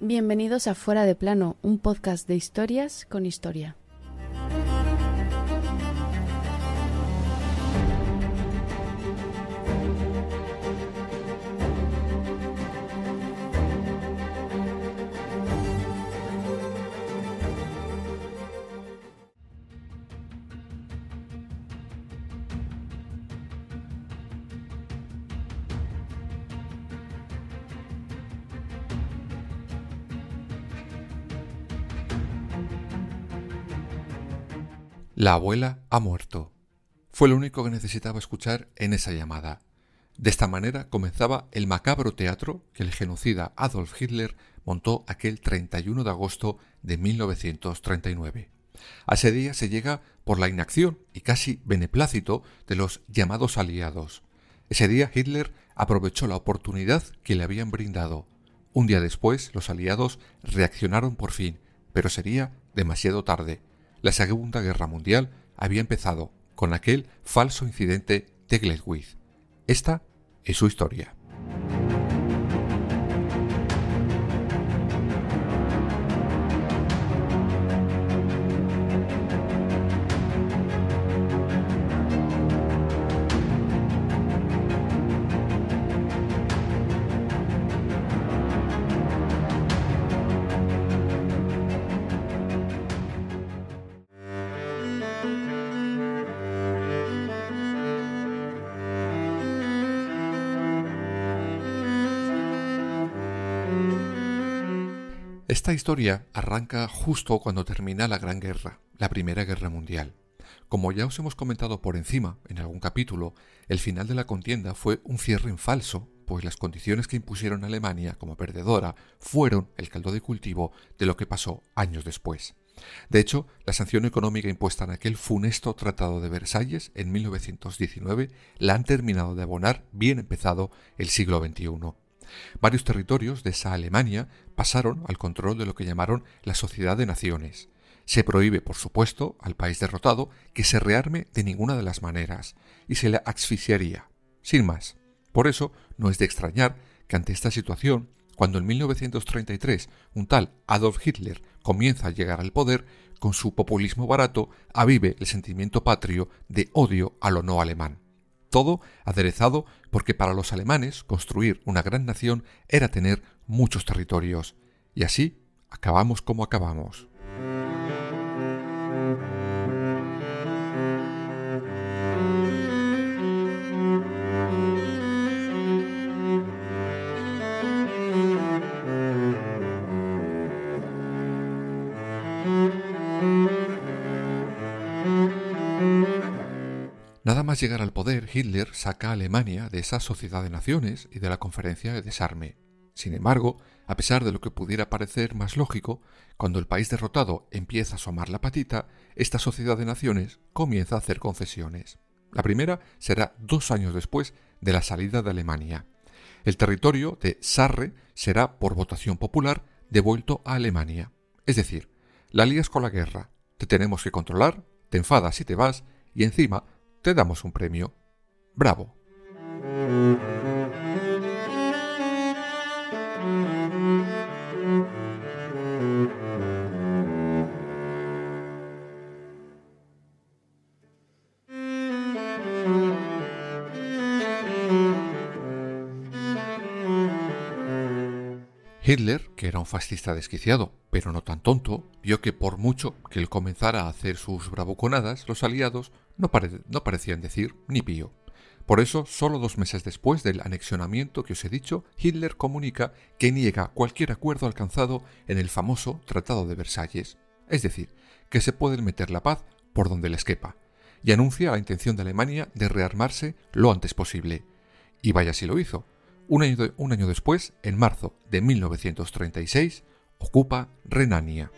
Bienvenidos a Fuera de Plano, un podcast de historias con historia. La abuela ha muerto. Fue lo único que necesitaba escuchar en esa llamada. De esta manera comenzaba el macabro teatro que el genocida Adolf Hitler montó aquel 31 de agosto de 1939. A ese día se llega por la inacción y casi beneplácito de los llamados aliados. Ese día Hitler aprovechó la oportunidad que le habían brindado. Un día después los aliados reaccionaron por fin, pero sería demasiado tarde. La Segunda Guerra Mundial había empezado con aquel falso incidente de Gleiwitz. Esta es su historia. Esta historia arranca justo cuando termina la Gran Guerra, la Primera Guerra Mundial. Como ya os hemos comentado por encima en algún capítulo, el final de la contienda fue un cierre en falso, pues las condiciones que impusieron a Alemania como perdedora fueron el caldo de cultivo de lo que pasó años después. De hecho, la sanción económica impuesta en aquel funesto Tratado de Versalles en 1919 la han terminado de abonar bien empezado el siglo XXI. Varios territorios de esa Alemania pasaron al control de lo que llamaron la Sociedad de Naciones. Se prohíbe, por supuesto, al país derrotado que se rearme de ninguna de las maneras y se le asfixiaría, sin más. Por eso, no es de extrañar que ante esta situación, cuando en 1933 un tal Adolf Hitler comienza a llegar al poder, con su populismo barato avive el sentimiento patrio de odio a lo no alemán. Todo aderezado porque para los alemanes construir una gran nación era tener muchos territorios. Y así acabamos como acabamos. Nada más llegar al poder, Hitler saca a Alemania de esa sociedad de naciones y de la conferencia de desarme. Sin embargo, a pesar de lo que pudiera parecer más lógico, cuando el país derrotado empieza a asomar la patita, esta sociedad de naciones comienza a hacer concesiones. La primera será 2 años después de la salida de Alemania. El territorio de Sarre será, por votación popular, devuelto a Alemania. Es decir, la lías con la guerra, te tenemos que controlar, te enfadas y te vas, y encima te damos un premio. ¡Bravo! Hitler, que era un fascista desquiciado, pero no tan tonto, vio que por mucho que él comenzara a hacer sus bravuconadas, los aliados no parecían decir ni pío. Por eso, solo 2 meses después del anexionamiento que os he dicho, Hitler comunica que niega cualquier acuerdo alcanzado en el famoso Tratado de Versalles, es decir, que se puede meter la paz por donde les quepa, y anuncia la intención de Alemania de rearmarse lo antes posible. Y vaya si lo hizo. Un año después, en marzo de 1936, ocupa Renania.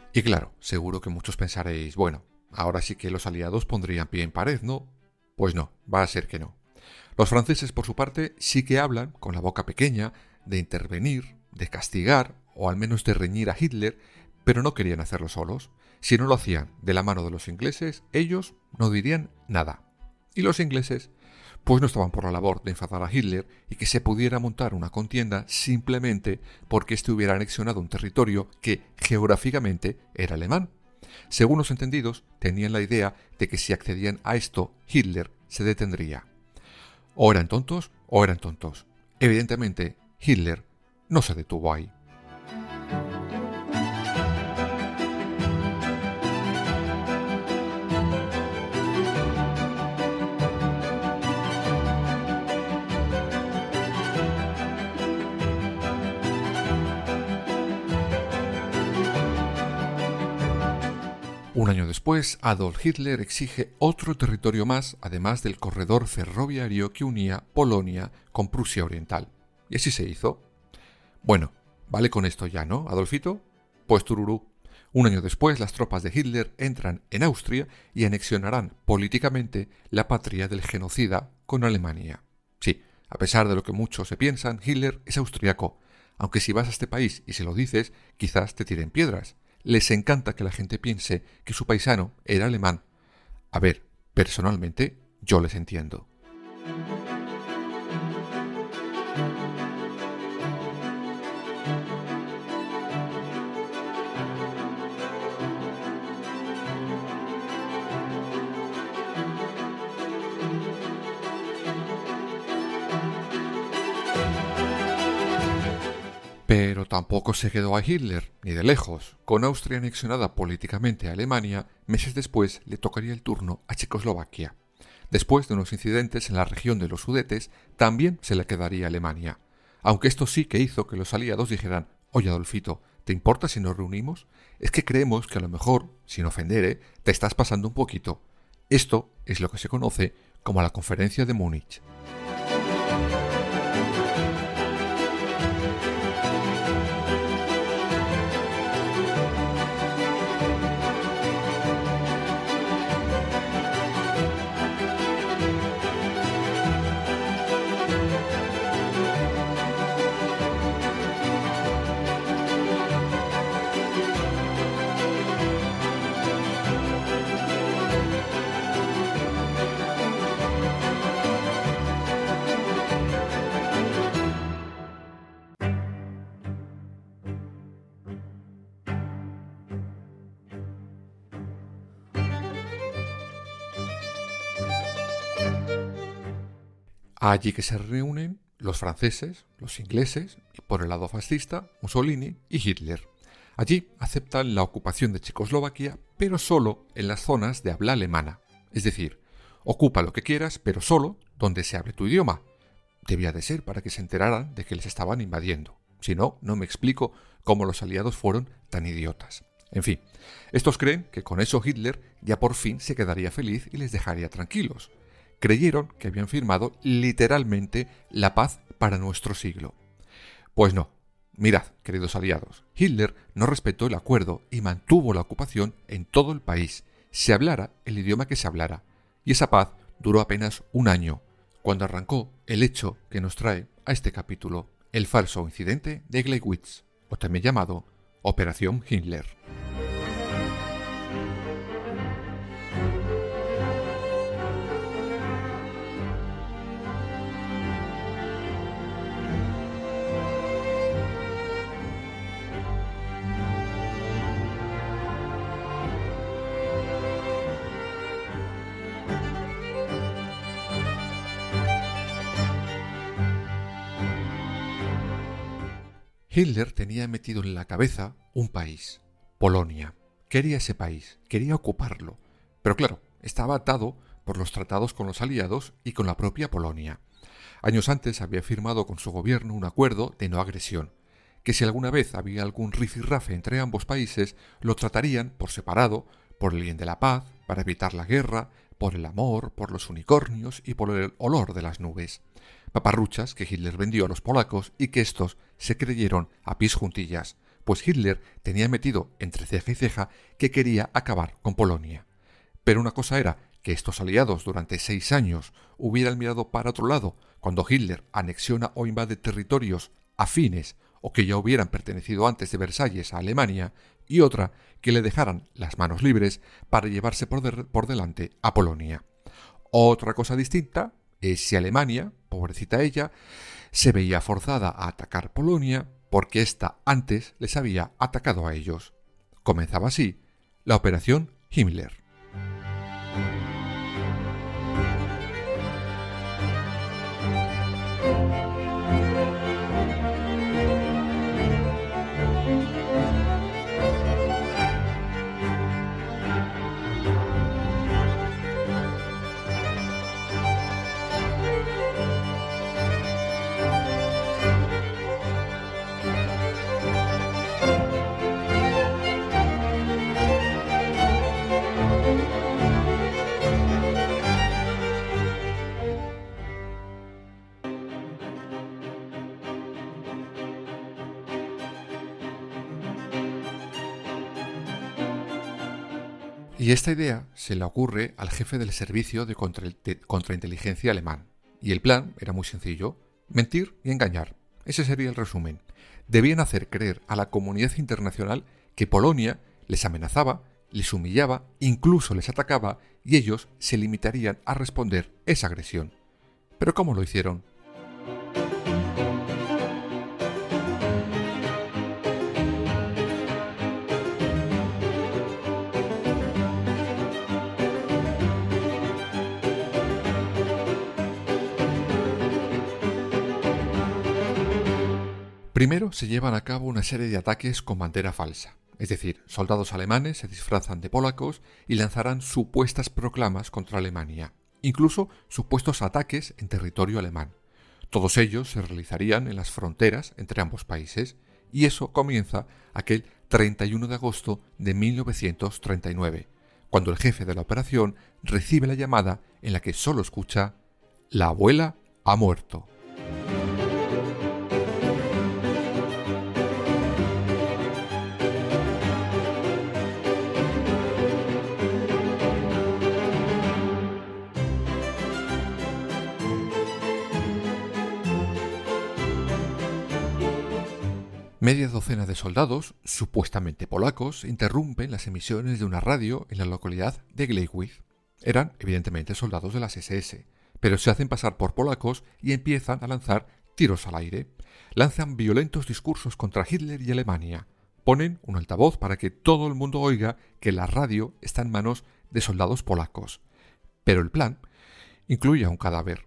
Y claro, seguro que muchos pensaréis, bueno, ahora sí que los aliados pondrían pie en pared, ¿no? Pues no, va a ser que no. Los franceses, por su parte, sí que hablan, con la boca pequeña, de intervenir, de castigar, o al menos de reñir a Hitler, pero no querían hacerlo solos. Si no lo hacían de la mano de los ingleses, ellos no dirían nada. Y los ingleses, pues no estaban por la labor de enfadar a Hitler y que se pudiera montar una contienda simplemente porque éste hubiera anexionado un territorio que geográficamente era alemán. Según los entendidos, tenían la idea de que si accedían a esto, Hitler se detendría. O eran tontos o eran tontos. Evidentemente, Hitler no se detuvo ahí. Un año después, Adolf Hitler exige otro territorio más, además del corredor ferroviario que unía Polonia con Prusia Oriental. Y así se hizo. Bueno, vale con esto ya, ¿no, Adolfito? Pues tururú. Un año después, las tropas de Hitler entran en Austria y anexionarán políticamente la patria del genocida con Alemania. Sí, a pesar de lo que muchos se piensan, Hitler es austriaco, aunque si vas a este país y se lo dices, quizás te tiren piedras. Les encanta que la gente piense que su paisano era alemán. A ver, personalmente, yo les entiendo. Pero tampoco se quedó a Hitler, ni de lejos. Con Austria anexionada políticamente a Alemania, meses después le tocaría el turno a Checoslovaquia. Después de unos incidentes en la región de los Sudetes, también se le quedaría a Alemania. Aunque esto sí que hizo que los aliados dijeran, oye Adolfito, ¿te importa si nos reunimos? Es que creemos que a lo mejor, sin ofender, te estás pasando un poquito. Esto es lo que se conoce como la Conferencia de Múnich. Allí que se reúnen los franceses, los ingleses y por el lado fascista, Mussolini y Hitler. Allí aceptan la ocupación de Checoslovaquia, pero solo en las zonas de habla alemana. Es decir, ocupa lo que quieras, pero solo donde se hable tu idioma. Debía de ser para que se enteraran de que les estaban invadiendo. Si no, no me explico cómo los aliados fueron tan idiotas. En fin, estos creen que con eso Hitler ya por fin se quedaría feliz y les dejaría tranquilos. Creyeron que habían firmado literalmente la paz para nuestro siglo. Pues no. Mirad, queridos aliados, Hitler no respetó el acuerdo y mantuvo la ocupación en todo el país, se hablara el idioma que se hablara, y esa paz duró apenas un año, cuando arrancó el hecho que nos trae a este capítulo, el falso incidente de Gleiwitz, o también llamado Operación Hitler. Hitler tenía metido en la cabeza un país, Polonia. Quería ese país, quería ocuparlo. Pero claro, estaba atado por los tratados con los aliados y con la propia Polonia. Años antes había firmado con su gobierno un acuerdo de no agresión, que si alguna vez había algún rifirrafe entre ambos países, lo tratarían por separado, por el bien de la paz, para evitar la guerra, por el amor, por los unicornios y por el olor de las nubes. Paparruchas que Hitler vendió a los polacos y que estos se creyeron a pies juntillas, pues Hitler tenía metido entre ceja y ceja que quería acabar con Polonia. Pero una cosa era que estos aliados durante 6 años hubieran mirado para otro lado cuando Hitler anexiona o invade territorios afines o que ya hubieran pertenecido antes de Versalles a Alemania, y otra que le dejaran las manos libres para llevarse por delante a Polonia. Otra cosa distinta es si Alemania, pobrecita ella, se veía forzada a atacar Polonia porque ésta antes les había atacado a ellos. Comenzaba así la Operación Himmler. Y esta idea se le ocurre al jefe del servicio de contrainteligencia alemán. Y el plan era muy sencillo: mentir y engañar. Ese sería el resumen. Debían hacer creer a la comunidad internacional que Polonia les amenazaba, les humillaba, incluso les atacaba, y ellos se limitarían a responder esa agresión. ¿Pero cómo lo hicieron? Primero se llevan a cabo una serie de ataques con bandera falsa, es decir, soldados alemanes se disfrazan de polacos y lanzarán supuestas proclamas contra Alemania, incluso supuestos ataques en territorio alemán. Todos ellos se realizarían en las fronteras entre ambos países, y eso comienza aquel 31 de agosto de 1939, cuando el jefe de la operación recibe la llamada en la que solo escucha: «La abuela ha muerto». Media docena de soldados, supuestamente polacos, interrumpen las emisiones de una radio en la localidad de Gleiwitz. Eran, evidentemente, soldados de las SS, pero se hacen pasar por polacos y empiezan a lanzar tiros al aire. Lanzan violentos discursos contra Hitler y Alemania. Ponen un altavoz para que todo el mundo oiga que la radio está en manos de soldados polacos. Pero el plan incluye a un cadáver.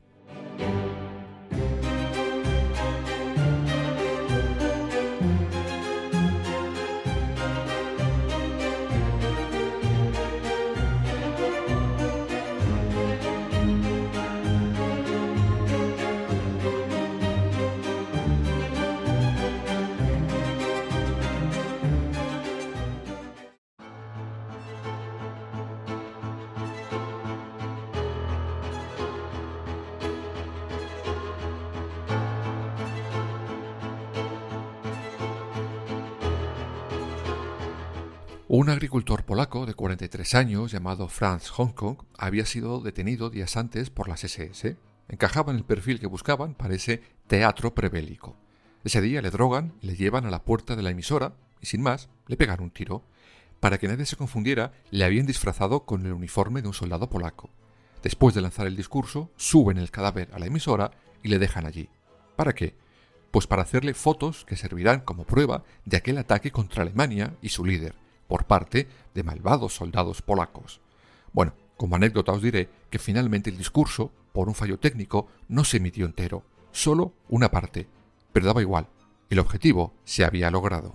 Un agricultor polaco de 43 años llamado Franz Honkong había sido detenido días antes por las SS. Encajaba en el perfil que buscaban para ese teatro prebélico. Ese día le drogan y le llevan a la puerta de la emisora y sin más le pegan un tiro. Para que nadie se confundiera, le habían disfrazado con el uniforme de un soldado polaco. Después de lanzar el discurso, suben el cadáver a la emisora y le dejan allí. ¿Para qué? Pues para hacerle fotos que servirán como prueba de aquel ataque contra Alemania y su líder, por parte de malvados soldados polacos. Bueno, como anécdota os diré que finalmente el discurso, por un fallo técnico, no se emitió entero, solo una parte, pero daba igual, el objetivo se había logrado.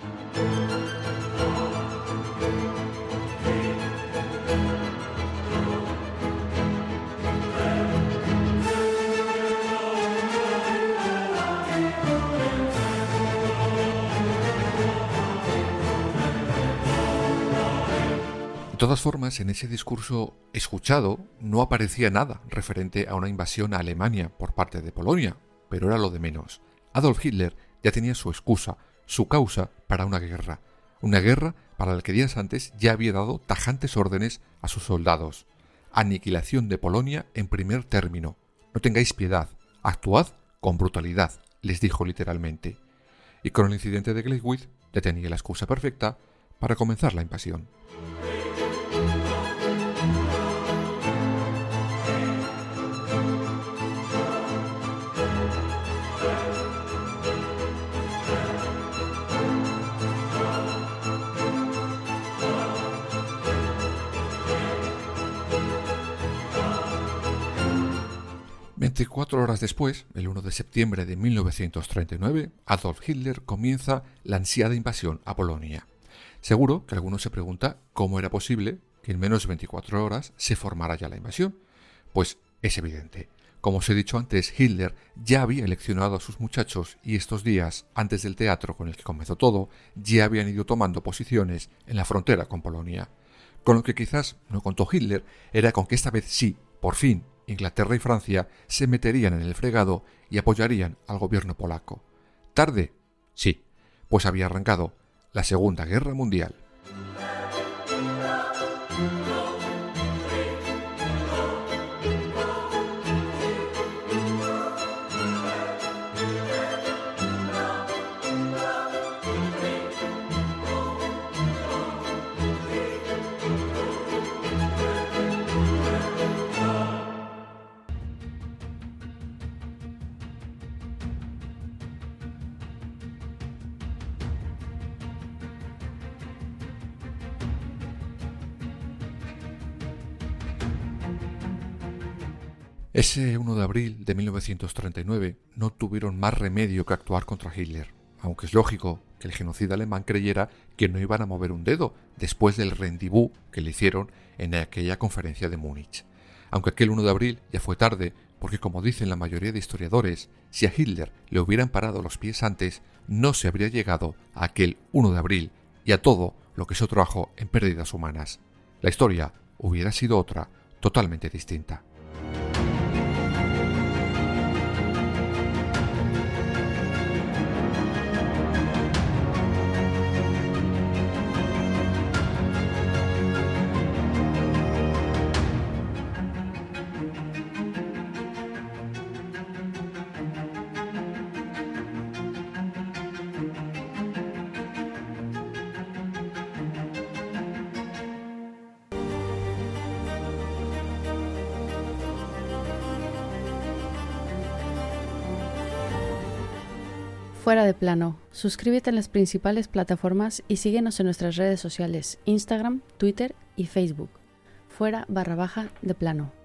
De todas formas, en ese discurso escuchado no aparecía nada referente a una invasión a Alemania por parte de Polonia, pero era lo de menos. Adolf Hitler ya tenía su excusa, su causa para una guerra para la que días antes ya había dado tajantes órdenes a sus soldados. Aniquilación de Polonia en primer término. No tengáis piedad, actuad con brutalidad, les dijo literalmente. Y con el incidente de Gleiwitz tenía la excusa perfecta para comenzar la invasión. Cuatro horas después, el 1 de septiembre de 1939, Adolf Hitler comienza la ansiada invasión a Polonia. Seguro que alguno se pregunta cómo era posible que en menos de 24 horas se formara ya la invasión. Pues es evidente. Como os he dicho antes, Hitler ya había eleccionado a sus muchachos y estos días, antes del teatro con el que comenzó todo, ya habían ido tomando posiciones en la frontera con Polonia. Con lo que quizás no contó Hitler era con que esta vez sí, por fin, Inglaterra y Francia se meterían en el fregado y apoyarían al gobierno polaco. ¿Tarde? Sí, pues había arrancado la Segunda Guerra Mundial. Ese 1 de abril de 1939 no tuvieron más remedio que actuar contra Hitler, aunque es lógico que el genocida alemán creyera que no iban a mover un dedo después del rendezvous que le hicieron en aquella conferencia de Múnich. Aunque aquel 1 de abril ya fue tarde, porque como dicen la mayoría de historiadores, si a Hitler le hubieran parado los pies antes, no se habría llegado a aquel 1 de abril y a todo lo que eso trajo en pérdidas humanas. La historia hubiera sido otra, totalmente distinta. Fuera de plano. Suscríbete en las principales plataformas y síguenos en nuestras redes sociales, Instagram, Twitter y Facebook. Fuera _de plano.